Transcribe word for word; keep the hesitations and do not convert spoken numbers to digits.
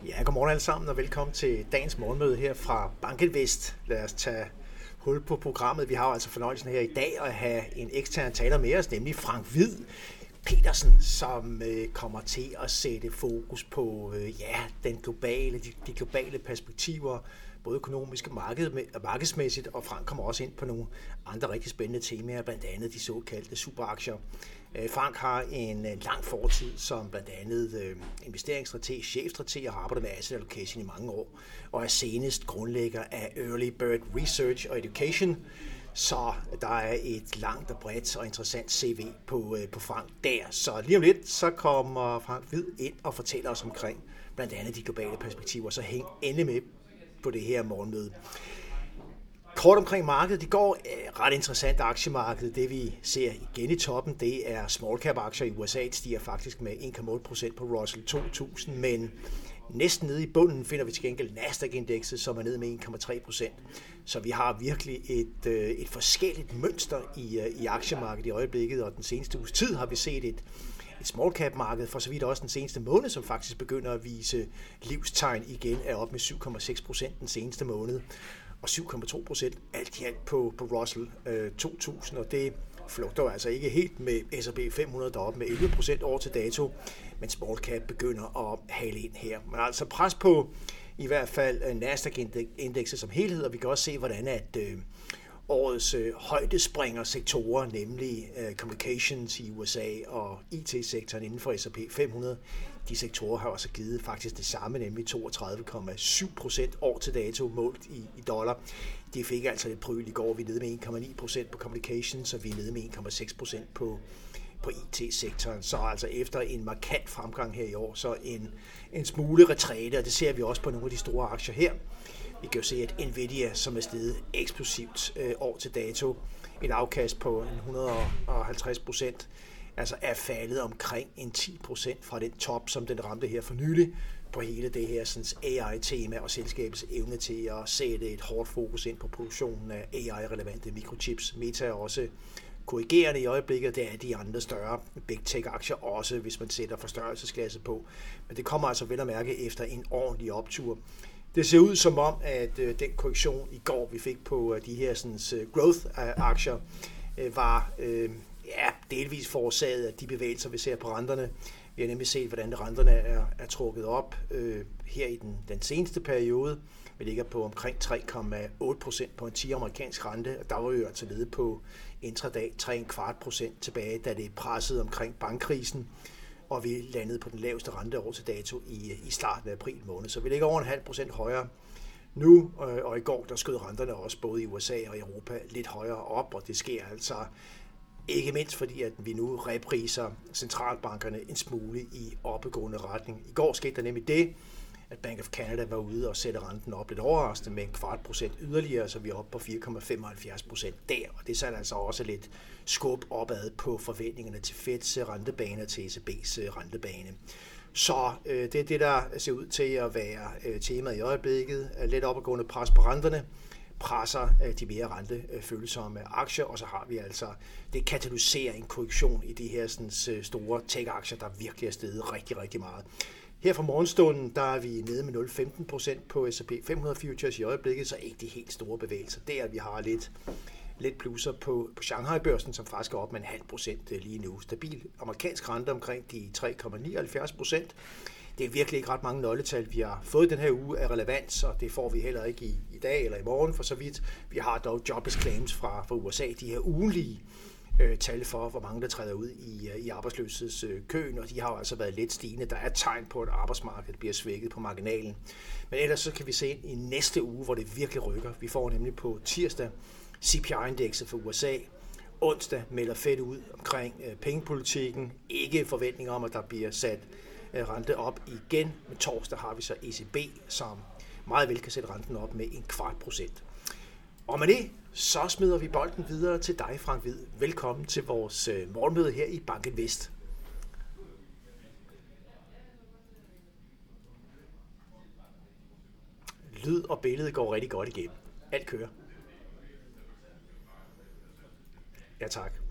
Ja, godmorgen alle sammen, og velkommen til dagens morgenmøde her fra BankInvest. Lad os tage hul på programmet. Vi har altså fornøjelsen her i dag at have en ekstern taler med os, nemlig Frank Hvid Petersen, som øh, kommer til at sætte fokus på øh, ja, den globale, de, de globale perspektiver, både økonomisk og marked, markedsmæssigt, og Frank kommer også ind på nogle andre rigtig spændende temaer, blandt andet de såkaldte superaktier. Frank har en lang fortid som blandt andet øh, investeringsstrateg, chefstrateg og har arbejdet med asset allocation i mange år, og er senest grundlægger af Early Bird Research og Education. Så der er et langt og bredt og interessant C V på, øh, på Frank der. Så lige om lidt, så kommer Frank Hvid ind og fortæller os omkring blandt andet de globale perspektiver, så hæng endelig med på det her morgenmøde. Kort omkring markedet. Det går øh, ret interessant aktiemarked. Det vi ser igen i toppen, det er small cap aktier i U S A. Det stiger faktisk med en komma otte procent på Russell to tusind, men næsten nede i bunden finder vi til gengæld Nasdaq-indekset, som er nede med en komma tre procent. Så vi har virkelig et, øh, et forskelligt mønster i, øh, i aktiemarkedet i øjeblikket, og den seneste uges tid har vi set et Et small cap marked, for så vidt også den seneste måned, som faktisk begynder at vise livstegn igen, er op med syv komma seks procent den seneste måned, og syv komma to procent alt i alt på, på Russell øh, to tusind, og det flugter altså ikke helt med S og P fem hundrede deroppe med elleve procent år til dato, men small cap begynder at hale ind her. Men altså pres på i hvert fald Nasdaq-indekset som helhed, og vi kan også se, hvordan at øh, årets øh, højdespringer sektorer, nemlig øh, communications i U S A og I T-sektoren inden for S og P fem hundrede, de sektorer har også givet faktisk det samme, nemlig toogtredive komma syv procent år til dato målt i, i dollar. De fik altså lidt pryl i går. Vi er nede med en komma ni procent på communications, og vi er nede med en komma seks procent på, på I T-sektoren. Så altså efter en markant fremgang her i år, så en, en smule retræte, og det ser vi også på nogle af de store aktier her. Vi kan jo se, at Nvidia, som er steget eksplosivt øh, år til dato, et afkast på et hundrede og halvtreds procent, altså er faldet omkring en ti procent fra den top, som den ramte her for nylig, på hele det her sådan, A I-tema og selskabets evne til at sætte et hårdt fokus ind på produktionen af A I-relevante mikrochips. Meta er også korrigerende i øjeblikket, det er de andre større big tech-aktier også, hvis man sætter forstørrelsesklasse på. Men det kommer altså vel at mærke efter en ordentlig optur. Det ser ud som om, at øh, den korrektion i går, vi fik på øh, de her sådan, uh, growth-aktier, øh, var øh, ja, delvis forårsaget af de bevægelser, vi ser på renterne. Vi har nemlig set, hvordan renterne er, er trukket op øh, her i den, den seneste periode. Vi ligger på omkring tre komma otte procent på en ti amerikansk rente, og der var jo altså nede på intradag tre komma fem procent tilbage, da det pressede omkring bankkrisen, og vi landede på den laveste rente år til dato i, i starten af april måned. Så vi ligger over en halv procent højere nu, og i går der skød renterne også både i U S A og Europa lidt højere op, og det sker altså ikke mindst fordi, at vi nu repriser centralbankerne en smule i opadgående retning. I går skete der nemlig det, at Bank of Canada var ude og sætte renten op lidt overraskende med en kvart procent yderligere, så vi er oppe på fire komma femoghalvfjerds procent der, og det satte altså også lidt skub opad på forventningerne til Feds rentebane og til E C B's rentebane. Så øh, det er det, der ser ud til at være øh, temaet i øjeblikket. Lidt opadgående pres på renterne presser øh, de mere rentefølsomme aktier, og så har vi altså, det katalyserer en korrektion i de her sådan, store tech-aktier, der virkelig er steget rigtig, rigtig meget. Her fra morgenstunden, der er vi nede med nul komma femten procent på S og P fem hundrede futures i øjeblikket, så ikke de helt store bevægelser. Der vi har lidt, lidt plusser på, på Shanghai-børsen, som faktisk er op med en halv procent lige nu. Stabil amerikansk rente omkring de tre komma nioghalvfjerds procent. Det er virkelig ikke ret mange nøgletal, vi har fået den her uge af relevans, og det får vi heller ikke i, i dag eller i morgen for så vidt. Vi har dog jobless claims fra, fra U S A, de her ugenlige øh, tal for, hvor mange der træder ud i, i arbejdsløshedskøen, og de har jo altså været lidt stigende. Der er tegn på, at arbejdsmarkedet bliver svækket på marginalen. Men ellers så kan vi se ind i næste uge, hvor det virkelig rykker. Vi får nemlig på tirsdag C P I-indekset for U S A. Onsdag melder Fed ud omkring øh, pengepolitikken. Ikke forventninger om, at der bliver sat øh, rente op igen. Men torsdag har vi så E C B, som meget vel kan sætte renten op med en kvart procent. Og med det, så smider vi bolden videre til dig, Frank Hvid. Velkommen til vores øh, morgenmøde her i BankInvest. Lyd og billede går rigtig godt igennem. Alt kører. Ja, tak.